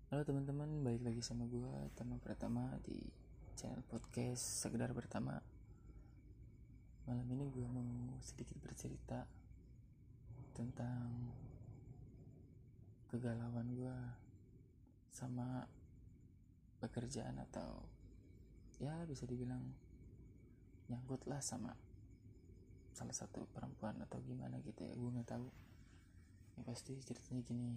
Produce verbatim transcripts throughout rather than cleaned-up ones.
Halo teman-teman, balik lagi sama gue Tama Pratama di channel podcast Sekedar Pertama. Malam ini gue mau sedikit bercerita tentang kegalauan gue sama pekerjaan, atau ya bisa dibilang nyangkut lah sama salah satu perempuan atau gimana gitu ya, gue nggak tahu. Yang pasti ceritanya gini,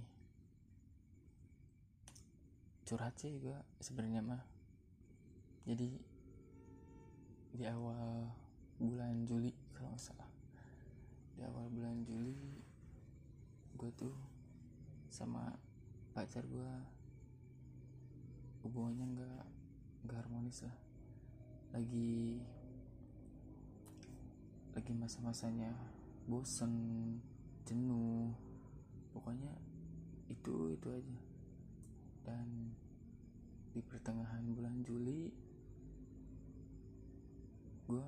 curhat sih gue sebenarnya mah. Jadi di awal bulan Juli kalau nggak salah, di awal bulan Juli gue tuh sama pacar gue hubungannya nggak nggak harmonis lah. Lagi lagi masa-masanya bosen, jenuh, pokoknya itu itu aja. Dan di pertengahan bulan Juli gue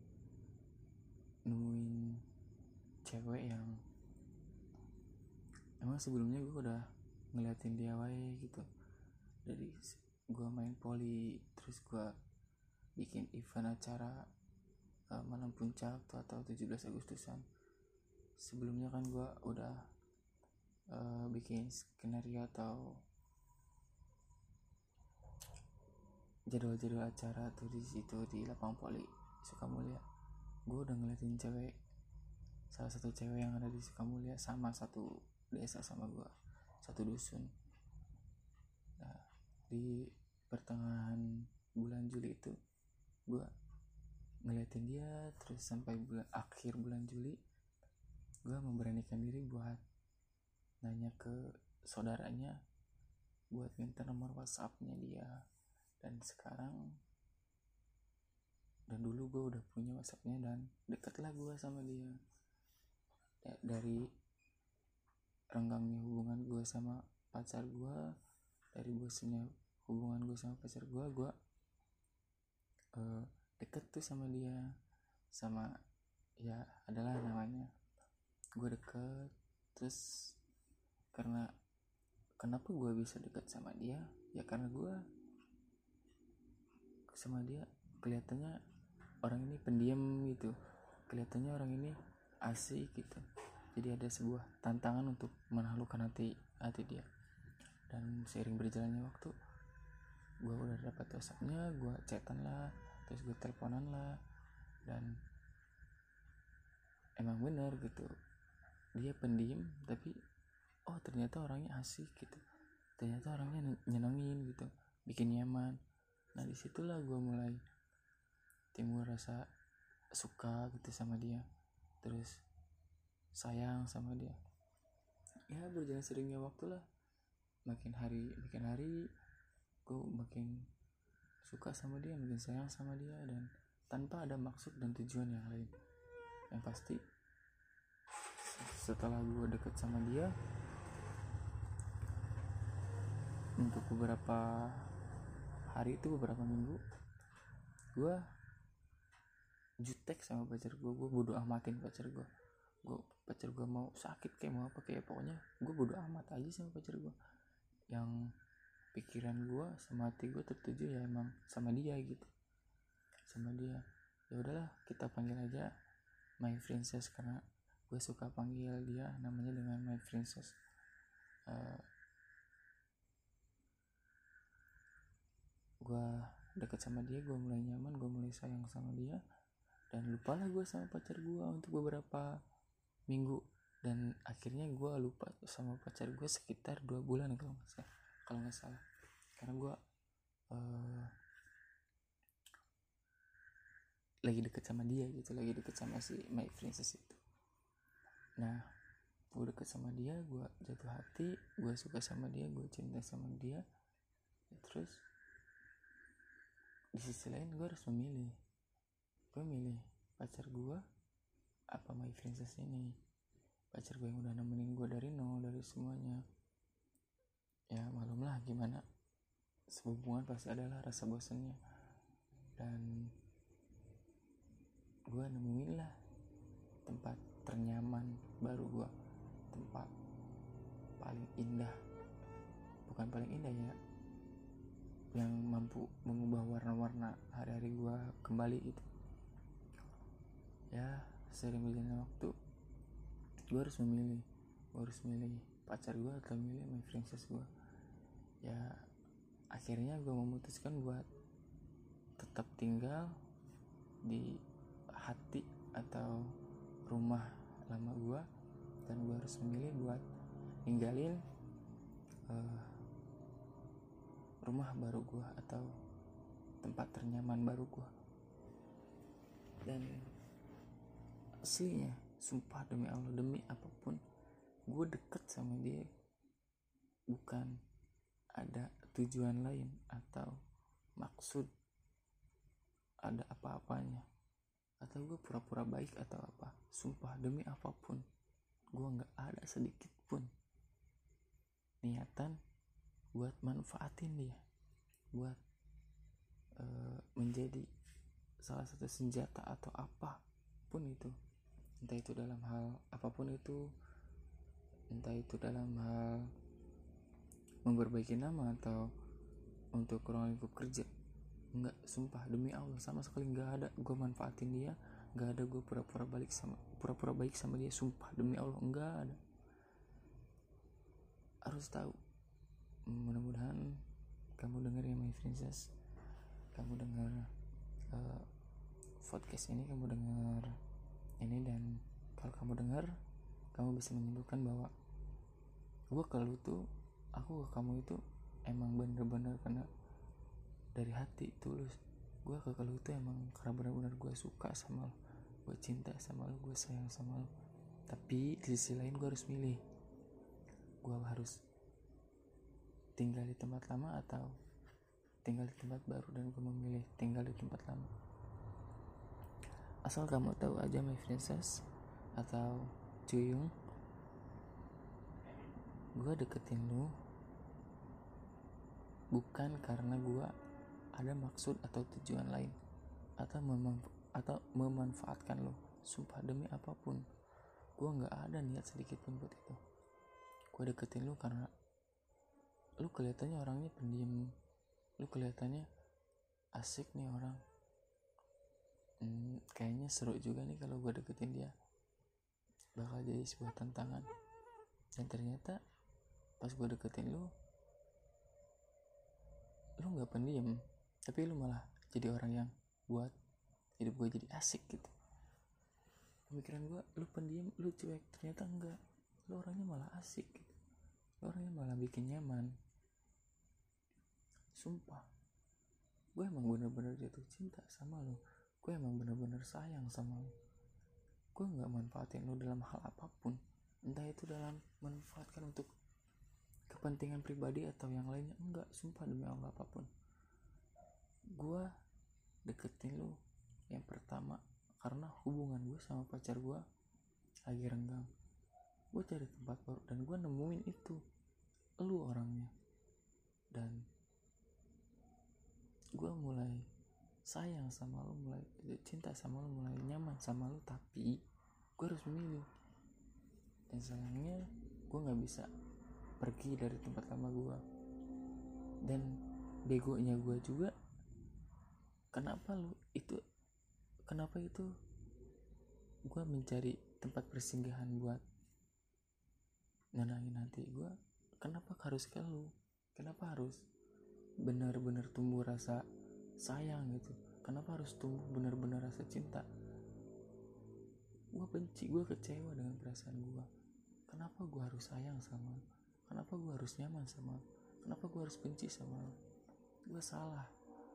nemuin cewek yang emang sebelumnya gue udah ngeliatin dia wae gitu. Dari gue main poli, terus gue bikin event acara uh, malam puncak tuh, atau tujuh belas Agustusan. Sebelumnya kan gue udah uh, bikin skenario atau jadwal-jadwal acara tuh di situ di lapang poli Sukamulya. Gue udah ngeliatin cewek, salah satu cewek yang ada di Sukamulya, sama satu desa sama gue, satu dusun. Nah, di pertengahan bulan Juli itu gue ngeliatin dia, terus sampai bulan akhir bulan Juli gue memberanikan diri buat nanya ke saudaranya buat minta nomor WhatsAppnya dia. Dan sekarang dan dulu gue udah punya WhatsAppnya dan deket lah gue sama dia. Ya, dari renggangnya hubungan gue sama pacar gue, dari bosannya hubungan gue sama pacar gue, gue uh, deket tuh sama dia. Sama ya adalah namanya gue deket. Terus karena kenapa gue bisa deket sama dia, ya karena gue sama dia kelihatannya orang ini pendiam gitu, kelihatannya orang ini asik gitu. Jadi ada sebuah tantangan untuk menaklukkan hati hati dia. Dan seiring berjalannya waktu, gue udah dapat WhatsAppnya, gue chatan lah, terus gue teleponan lah. Dan emang bener gitu, dia pendiam tapi oh ternyata orangnya asik gitu, ternyata orangnya nyenengin gitu, bikin nyaman. Nah disitulah gue mulai timbul rasa suka gitu sama dia, terus sayang sama dia. Ya berjalan seringnya waktu lah, makin hari makin hari gue makin suka sama dia, makin sayang sama dia, dan tanpa ada maksud dan tujuan yang lain. Yang pasti setelah gue deket sama dia untuk beberapa hari itu, beberapa minggu, gue jutek sama pacar gue. Gue bodo amatin pacar gue. Gue pacar gue mau sakit kayak mau apa kayak, pokoknya gue bodo amat aja sama pacar gue. Yang pikiran gue sama hati gue tertuju ya emang sama dia gitu, sama dia. Ya udahlah, kita panggil aja my princess, karena gue suka panggil dia namanya dengan my princess. Uh, gue deket sama dia, gue mulai nyaman, gue mulai sayang sama dia, dan lupalah gue sama pacar gue untuk beberapa minggu. Dan akhirnya gue lupa sama pacar gue sekitar dua bulan kalau nggak salah kalau nggak salah karena gue uh, lagi deket sama dia gitu, lagi deket sama si my princess itu. Nah gue deket sama dia, gue jatuh hati, gue suka sama dia, gue cinta sama dia. Terus di sisi lain gue harus memilih, gue milih pacar gue apa my princess ini, pacar gue yang udah nemenin gue dari nol, dari semuanya. Ya malum lah gimana, hubungan pasti adalah rasa bosannya. Dan gue nemuin lah tempat ternyaman baru gue, tempat paling indah, bukan paling indah ya, yang mampu mengubah warna-warna hari-hari gue kembali gitu. Ya sering berjalannya waktu, gue harus memilih gue harus milih pacar gue atau milih my princess gue. Ya akhirnya gue memutuskan buat tetap tinggal di hati atau rumah lama gue, dan gue harus memilih buat ninggalin uh, rumah baru gue atau tempat ternyaman baru gue. Dan aslinya sumpah demi Allah, demi apapun, gue deket sama dia bukan ada tujuan lain atau maksud ada apa-apanya, atau gue pura-pura baik atau apa. Sumpah demi apapun, gue gak ada sedikit pun niatan buat manfaatin dia, buat uh, menjadi salah satu senjata atau apapun itu. Entah itu dalam hal apapun itu, entah itu dalam hal memperbaiki nama atau untuk ruang lingkup kerja. Enggak, sumpah demi Allah sama sekali nggak ada gue manfaatin dia, nggak ada gue pura-pura balik sama pura-pura baik sama dia. Sumpah demi Allah nggak ada. Harus tahu, mudah-mudahan kamu dengar ya my princess, kamu dengar uh, podcast ini, kamu dengar ini, dan kalau kamu dengar, kamu bisa menyimpulkan bahwa gue ke lu tuh, aku ke kamu itu emang bener-bener karena dari hati tulus. Gue ke lu tuh emang karena benar-benar gue suka sama lu, gue cinta sama lu, gue sayang sama lu. Tapi di sisi lain gue harus milih, gue harus tinggal di tempat lama atau tinggal di tempat baru, dan gue memilih tinggal di tempat lama. Asal kamu tahu aja my princess atau Cuyung, gue deketin lu bukan karena gue ada maksud atau tujuan lain atau memanfa- atau memanfaatkan lo. Sumpah demi apapun, gue nggak ada niat sedikit pun buat itu. Gue deketin lo karena lo kelihatannya orangnya pendiam, lo kelihatannya asik nih orang. Hmm, kayaknya seru juga nih kalau gue deketin dia, bakal jadi sebuah tantangan. Dan ternyata pas gue deketin lo, lo nggak pendiam, tapi lu malah jadi orang yang buat hidup gue jadi asik gitu. Pemikiran gue, lu pendiam, lu cuek, ternyata enggak, lu orangnya malah asik gitu. Lu orangnya malah bikin nyaman. Sumpah gue emang bener-bener jatuh cinta sama lu, gue emang bener-bener sayang sama lu. Gue gak manfaatin lu dalam hal apapun, entah itu dalam manfaatkan untuk kepentingan pribadi atau yang lainnya, enggak. Sumpah demi Allah apapun, gue deketin lu yang pertama karena hubungan gue sama pacar gue lagi renggang. Gue cari tempat baru dan gue nemuin itu, lu orangnya. Dan gue mulai sayang sama lu, mulai cinta sama lu, mulai nyaman sama lu. Tapi gue harus memilih, dan sayangnya gue gak bisa pergi dari tempat lama gue. Dan begonya gue juga, kenapa lu itu kenapa itu gue mencari tempat persinggahan buat nenangin hati gue. Kenapa harus ke lu? Kenapa harus benar-benar tumbuh rasa sayang gitu? Kenapa harus tumbuh benar-benar rasa cinta? Gue benci, gue kecewa dengan perasaan gue. Kenapa gue harus sayang sama lu? Kenapa gue harus nyaman sama lu? Kenapa gue harus benci sama lu? Gue salah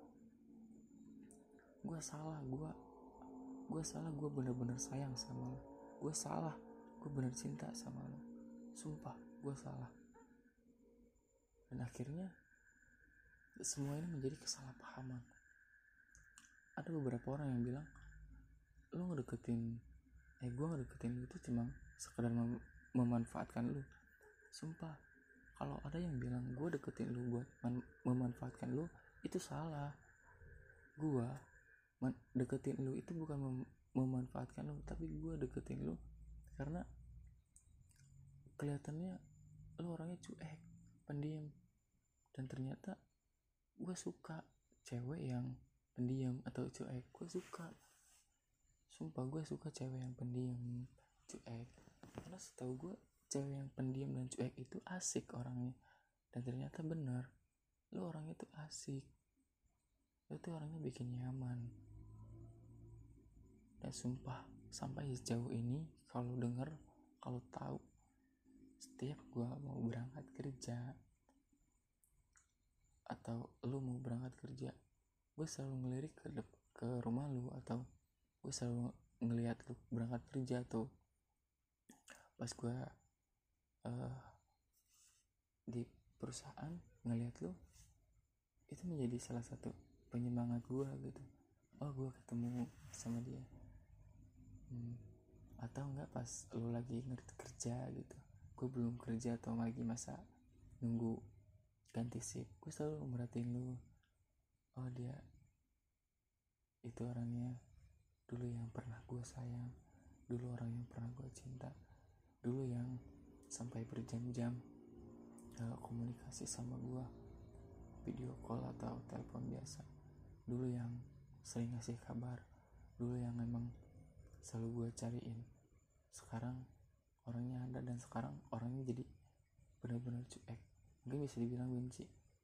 gue salah gue gue salah gue bener-bener sayang sama lo. Gue salah, gue bener cinta sama lo. Sumpah gue salah. Dan akhirnya semua ini menjadi kesalahpahaman. Ada beberapa orang yang bilang, lo ngedeketin eh gue ngedeketin lo itu cuma sekedar mem- memanfaatkan lo. Sumpah, kalau ada yang bilang gue deketin lo buat man- memanfaatkan lo, itu salah. Gue Man, deketin lu itu bukan mem- memanfaatkan lu, tapi gue deketin lu karena kelihatannya lu orangnya cuek, pendiam, Dan ternyata gue suka cewek yang pendiam atau cuek. Gue suka, sumpah gue suka cewek yang pendiam, cuek. Karena setahu gue cewek yang pendiam dan cuek itu asik orangnya. Dan ternyata benar, lu orangnya tuh asik, lu tuh orangnya bikin nyaman. Dan sumpah sampai sejauh ini kalau denger, kalau tahu, setiap gue mau berangkat kerja atau lu mau berangkat kerja, gue selalu ngelirik ke dep- ke rumah lu, atau gue selalu ngelihat lu berangkat kerja, atau pas gue uh, di perusahaan ngelihat lu, itu menjadi salah satu penyemangat gue gitu. Oh, gue ketemu sama dia. hmm. Atau enggak pas lu lagi ngerti kerja gitu, gue belum kerja atau lagi masa nunggu ganti shift, gue selalu merhatiin lu. Oh, dia itu orangnya dulu yang pernah gue sayang, dulu orang yang pernah gue cinta, dulu yang sampai berjam-jam uh, komunikasi sama gue, video call atau telepon biasa, dulu yang sering ngasih kabar, dulu yang memang selalu gue cariin. Sekarang orangnya ada, dan sekarang orangnya jadi benar-benar cuek, mungkin bisa dibilang benci.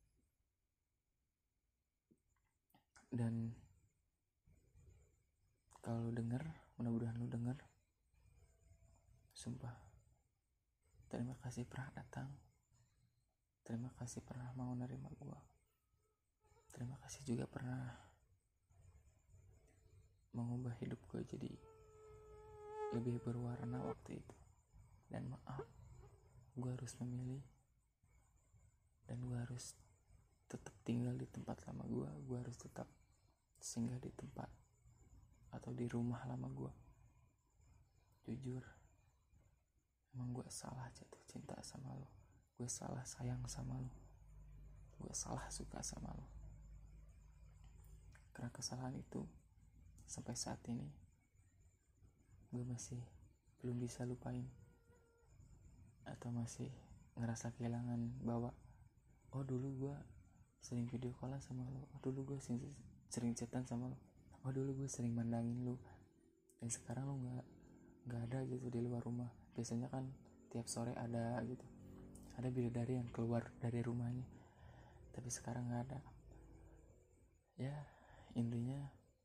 Dan kalau lu denger, mudah-mudahan lu denger, sumpah terima kasih pernah datang, terima kasih pernah mau nerima gue, terima kasih juga pernah mengubah hidup gue jadi lebih berwarna waktu itu. Dan maaf, gue harus memilih, dan gue harus tetap tinggal di tempat lama gue, gue harus tetap singgah di tempat atau di rumah lama gue. Jujur, emang gue salah jatuh cinta sama lo, gue salah sayang sama lo, gue salah suka sama lo. Karena kesalahan itu sampai saat ini gue masih belum bisa lupain, atau masih ngerasa kehilangan bahwa oh dulu gue sering video callan sama lo, oh dulu gue sering, sering chatan sama lo, oh dulu gue sering mandangin lo, dan sekarang lo nggak nggak ada gitu di luar rumah. Biasanya kan tiap sore ada gitu, ada bidadari yang keluar dari rumahnya, tapi sekarang nggak ada. Ya intinya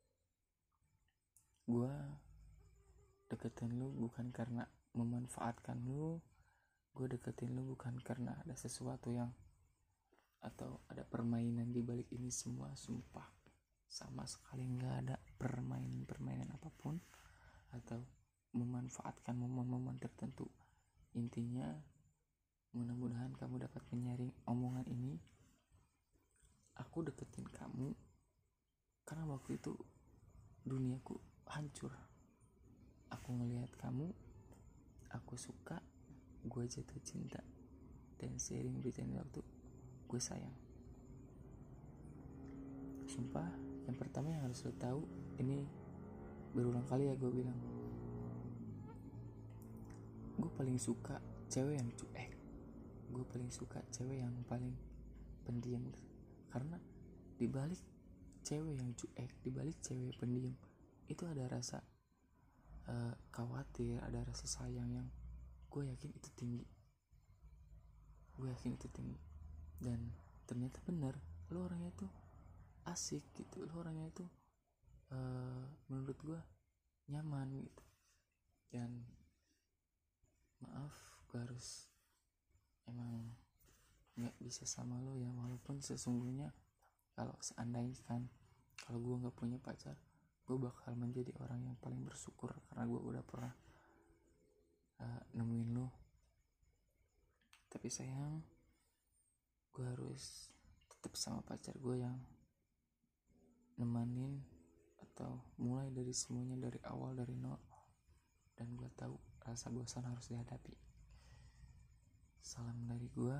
gue deketin lu bukan karena memanfaatkan lu, gue deketin lu bukan karena ada sesuatu yang atau ada permainan di balik ini semua. Sumpah sama sekali nggak ada permainan-permainan apapun atau memanfaatkan momen-momen tertentu. Intinya mudah-mudahan kamu dapat menyaring omongan ini. Aku deketin kamu karena waktu itu duniaku hancur. Aku ngelihat kamu, aku suka, gue jatuh cinta, dan seiring berjalannya waktu gue sayang. Sumpah, yang pertama yang harus lo tahu, ini berulang kali ya gue bilang, gue paling suka cewek yang cuek, gue paling suka cewek yang paling pendiam. Karena dibalik cewek yang cuek, dibalik cewek pendiam, itu ada rasa uh, khawatir, ada rasa sayang yang gue yakin itu tinggi. Gue yakin itu tinggi. Dan ternyata benar, lo orangnya tuh asik gitu, lo orangnya tuh uh, menurut gue nyaman gitu. Dan maaf, gue harus emang nggak bisa sama lo ya, walaupun sesungguhnya kalau seandainya kan kalau gue nggak punya pacar, gue bakal menjadi orang yang paling bersyukur karena gue udah pernah uh, nemuin lo. Tapi sayang, gue harus tetap sama pacar gue yang nemanin atau mulai dari semuanya dari awal, dari nol. Dan gue tahu rasa bosan harus dihadapi. Salam dari gue,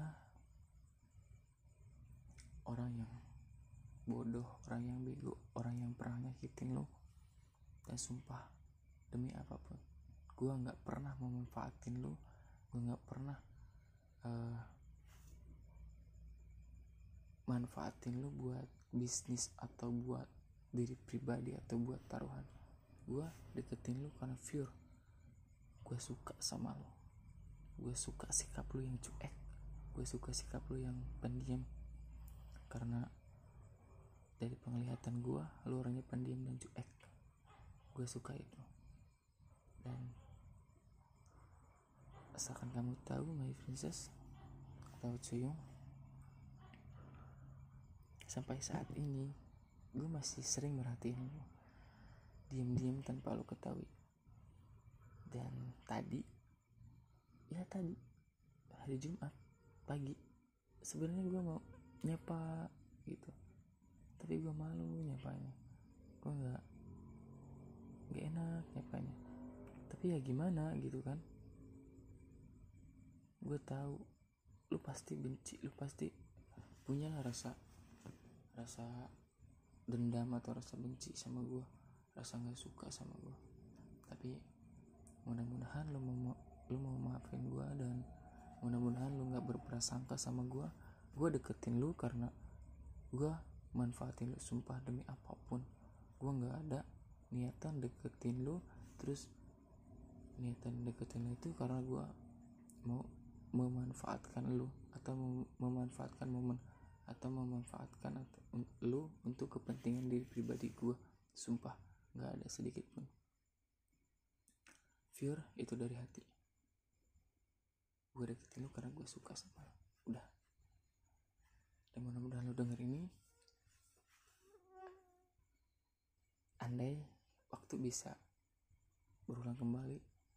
orang yang bodoh, orang yang bego, orang yang pernah nyakitin lo. Dan sumpah, demi apapun, gue gak pernah memanfaatin lo, gue gak pernah uh, manfaatin lu buat bisnis atau buat diri pribadi atau buat taruhan. Gue deketin lu karena pure gue suka sama lu, gue suka sikap lu yang cuek, gue suka sikap lu yang pendiam. Karena dari penglihatan gue, lu orangnya pendiam dan cuek. Gue suka itu. Dan asalkan kamu tahu, my princess atau Cuyung, sampai saat ini gue masih sering merhatiin lu, diam-diam tanpa lu ketahui. Dan tadi, ya tadi hari Jumat pagi, sebenarnya gue mau nyapa gitu, tapi gue malu nyapanya. Gue nggak nggak enak nyapanya. Tapi ya gimana gitu kan? Gue tahu lu pasti benci, lu pasti punya lah rasa rasa dendam atau rasa benci sama gue, rasa nggak suka sama gue. Tapi mudah-mudahan lu mau lu mau maafin gue, dan mudah-mudahan lu nggak berprasangka sama gue. Gue deketin lu karena gue manfaatin lu, sumpah demi apapun. Gue nggak ada niatan deketin lu, terus niatan deketin lu itu karena gue mau memanfaatkan lu atau mem- memanfaatkan momen atau memanfaatkan atau, lu untuk kepentingan diri pribadi gue. Sumpah nggak ada sedikit pun. Pure itu dari hati. Gue deketin lu karena gue suka sama lu. Udah. Dan mudah-mudahan lu denger ini. Andai waktu bisa berulang kembali,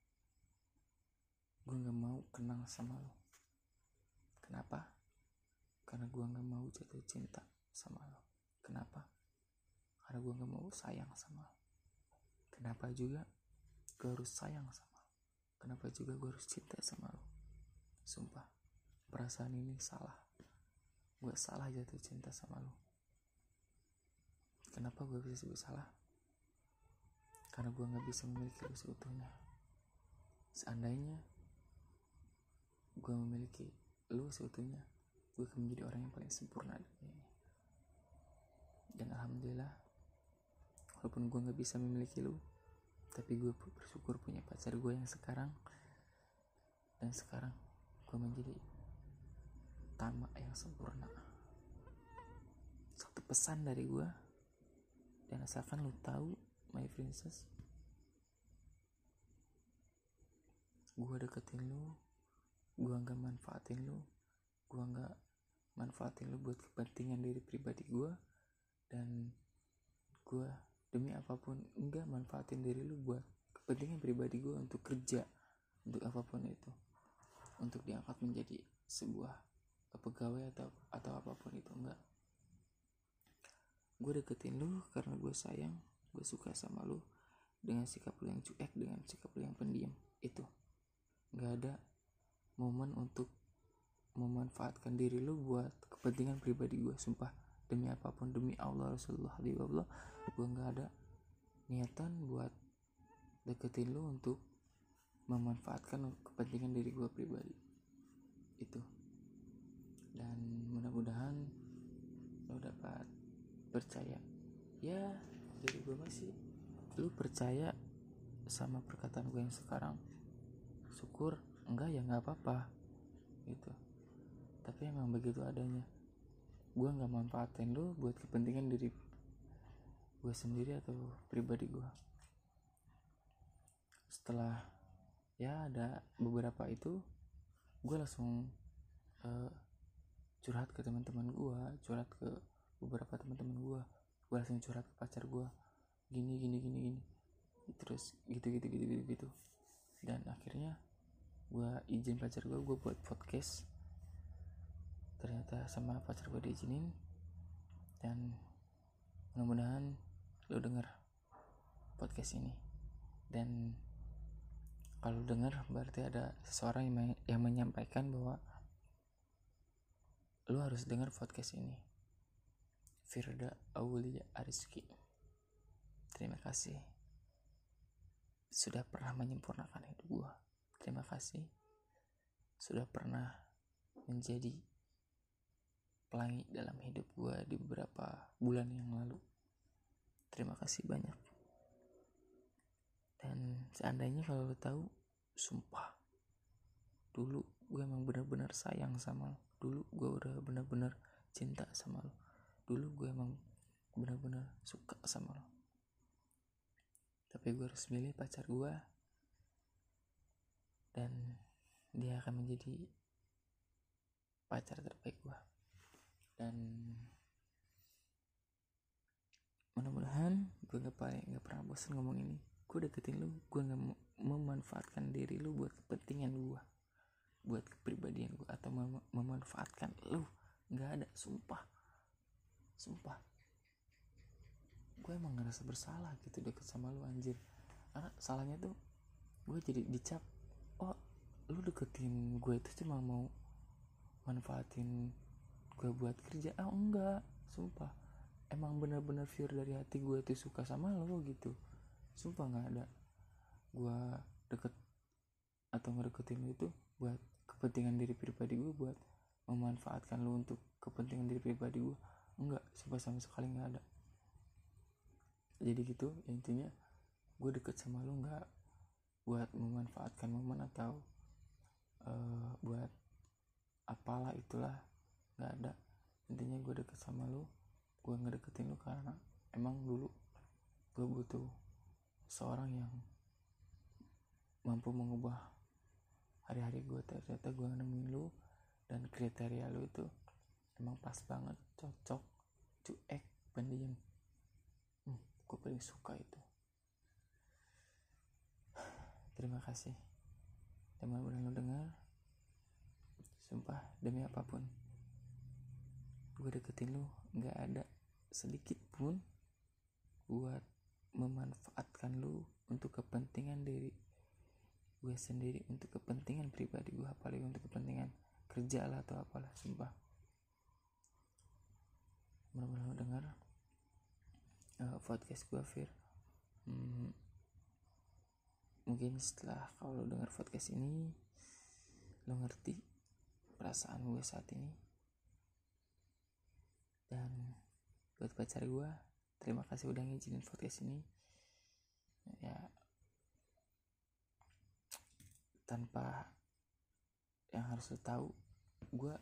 gue gak mau kenal sama lo. Kenapa? Karena gue gak mau jatuh cinta sama lo. Kenapa? Karena gue gak mau sayang sama lo. Kenapa juga gue harus sayang sama lo? Kenapa juga gue harus cinta sama lo? Sumpah, perasaan ini salah. Gue salah jatuh cinta sama lo. Kenapa gue bisa sebut salah? Karena gue gak bisa memiliki lo seutuhnya. Seandainya gue memiliki lu seutuhnya, gue akan menjadi orang yang paling sempurna di dunia ini. Dan alhamdulillah, walaupun gue gak bisa memiliki lu, tapi gue bersyukur punya pacar gue yang sekarang. Dan sekarang gue menjadi tamak yang sempurna. Satu pesan dari gue, dan asalkan lu tahu, my princess, gue deketin lu, gue gak manfaatin lu, gue gak manfaatin lu buat kepentingan diri pribadi gue. Dan gue demi apapun enggak manfaatin diri lu buat kepentingan pribadi gue untuk kerja, untuk apapun itu, untuk diangkat menjadi sebuah pegawai atau atau apapun itu. Enggak. Gue deketin lu karena gue sayang, gue suka sama lu, dengan sikap lu yang cuek, dengan sikap lu yang pendiam. Itu nggak ada momen untuk memanfaatkan diri lu buat kepentingan pribadi gue. Sumpah demi apapun, demi Allah, Rasulullah, Habibullah, gue nggak ada niatan buat deketin lu untuk memanfaatkan kepentingan diri gue pribadi. Itu. Dan mudah-mudahan lu dapat percaya. Ya dari gue masih, lu percaya sama perkataan gue yang sekarang, syukur. Enggak ya nggak apa-apa gitu. Tapi emang begitu adanya. Gue nggak manfaatin lu buat kepentingan diri gue sendiri atau pribadi gue. Setelah ya ada beberapa itu, gue langsung uh, curhat ke teman-teman gue, curhat ke beberapa teman-teman gue, gue langsung curhat ke pacar gue, gini gini gini gini, terus gitu gitu gitu gitu gitu. Dan akhirnya gue izin pacar gue, gue buat podcast. Ternyata sama pacar gue diizinin. Dan mudah-mudahan lo denger podcast ini. Dan kalau denger berarti ada seseorang yang, yang menyampaikan bahwa lo harus denger podcast ini. Firda Aulia Arizki, terima kasih sudah pernah menyempurnakan hidup gue. Terima kasih sudah pernah menjadi pelangi dalam hidup gue di beberapa bulan yang lalu. Terima kasih banyak. Dan seandainya kalau lo tahu, sumpah, dulu gue emang benar-benar sayang sama lo. Dulu gue udah benar-benar cinta sama lo. Dulu gue emang benar-benar suka sama lo. Tapi gue harus milih pacar gue, dan dia akan menjadi pacar terbaik gue. Dan mudah-mudahan gue gak, gak pernah bosan ngomong ini. Gue deketin lu, gue gak memanfaatkan diri lu buat kepentingan gue, buat kepribadian gue, atau mem- memanfaatkan lu. Gak ada, sumpah. Sumpah gue emang ngerasa bersalah gitu deket sama lu, anjir. Karena salahnya tuh gue jadi dicap, oh lu deketin gue itu cuma mau manfaatin gue buat kerja. Ah enggak, sumpah emang benar-benar pure dari hati gue tuh suka sama lo gitu. Sumpah gak ada gue deket atau ngedeketin lo itu buat kepentingan diri pribadi gue, buat memanfaatkan lo untuk kepentingan diri pribadi gue. Enggak, sumpah sama sekali gak ada. Jadi gitu intinya, gue deket sama lo gak buat memanfaatkan momen atau uh, buat apalah itulah, gak ada. Intinya gue deket sama lo, gue ngedeketin lo karena emang dulu gue butuh seorang yang mampu mengubah hari-hari gue. Ternyata gue nemuin lo, dan kriteria lo itu emang pas banget, cocok, cuek, pendiam. hmm, gue paling suka itu. Terima kasih, dan mudah-mudahan lo dengar. Sumpah demi apapun, gue deketin lo gak ada sedikit pun buat memanfaatkan lo untuk kepentingan diri gue sendiri, untuk kepentingan pribadi gue, apalagi untuk kepentingan kerja lah atau apalah. Sumpah mudah-mudahan lo dengar uh, podcast gue, Fir. hmm, mungkin setelah kalau lo dengar podcast ini, lo ngerti perasaan gue saat ini. Dan buat pacar gue, terima kasih udah ngizinin podcast ini. Ya, tanpa yang harus lo tahu, gue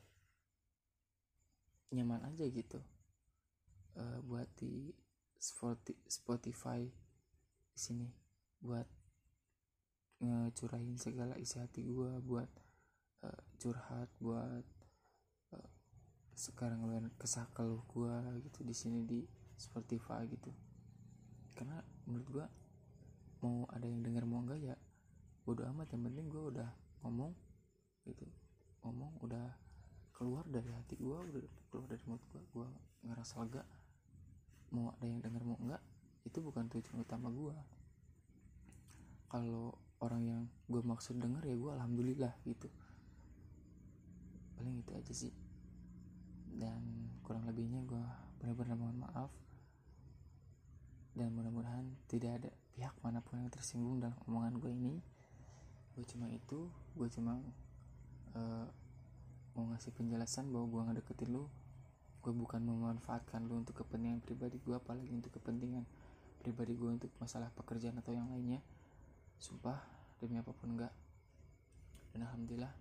nyaman aja gitu uh, buat di Spotify di sini, buat ngecurahin segala isi hati gue, buat uh, curhat, buat uh, sekarang lo kesah keluh gue gitu di sini di Spotify gitu. Karena menurut gue, mau ada yang denger mau enggak ya bodo amat, yang penting gue udah ngomong gitu, ngomong udah keluar dari hati gue, udah keluar dari mulut gue, gue ngerasa lega. Mau ada yang denger mau enggak, itu bukan tujuan utama gue. Kalau orang yang gue maksud denger ya gue alhamdulillah gitu. Paling itu aja sih, dan kurang lebihnya gue benar-benar mohon maaf. Dan mudah-mudahan tidak ada pihak manapun yang tersinggung dalam omongan gue ini. Gue cuma itu, gue cuma uh, mau ngasih penjelasan bahwa gue ngedeketin lu, gue bukan memanfaatkan lu untuk kepentingan pribadi gue, apalagi untuk kepentingan pribadi gue untuk masalah pekerjaan atau yang lainnya. Sumpah demi apapun enggak. Dan alhamdulillah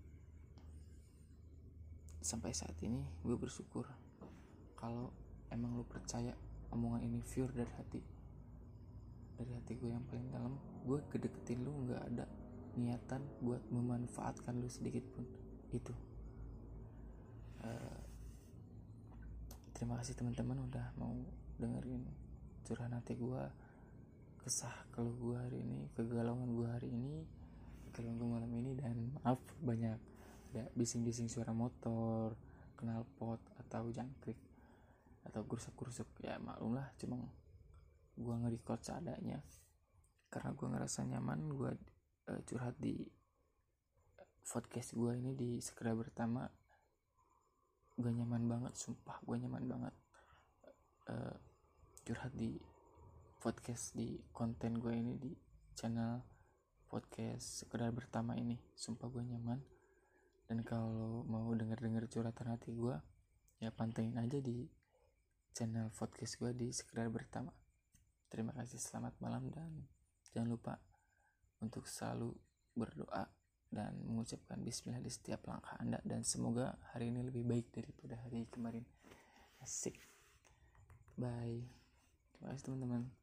sampai saat ini gue bersyukur kalau emang lu percaya omongan ini pure dari hati, dari hati gue yang paling dalam. Gue kedeketin lu gak ada niatan buat memanfaatkan lu sedikit pun. Itu uh, terima kasih teman-teman udah mau dengerin curahan hati gue, kesah keluh gue hari ini, kegalauan gue hari ini, kegalauan gue malam ini. Dan maaf banyak ada bising-bising suara motor, knalpot atau jangkrik atau gurusuk-gurusuk, ya maklum lah, cuma gue nge-record seadanya karena gue ngerasa nyaman. Gue uh, curhat di podcast gue ini di Sekedar Bertema, gue nyaman banget, sumpah gue nyaman banget uh, curhat di podcast, di konten gue ini, di channel podcast Sekedar Bertema ini. Sumpah gue nyaman. Dan kalau mau denger-denger curhatan hati gue, ya pantengin aja di channel podcast gue di Sekedar Bertema. Terima kasih, selamat malam, dan jangan lupa untuk selalu berdoa dan mengucapkan bismillah di setiap langkah Anda, dan semoga hari ini lebih baik daripada hari kemarin. Asik. Bye. Terima kasih teman-teman.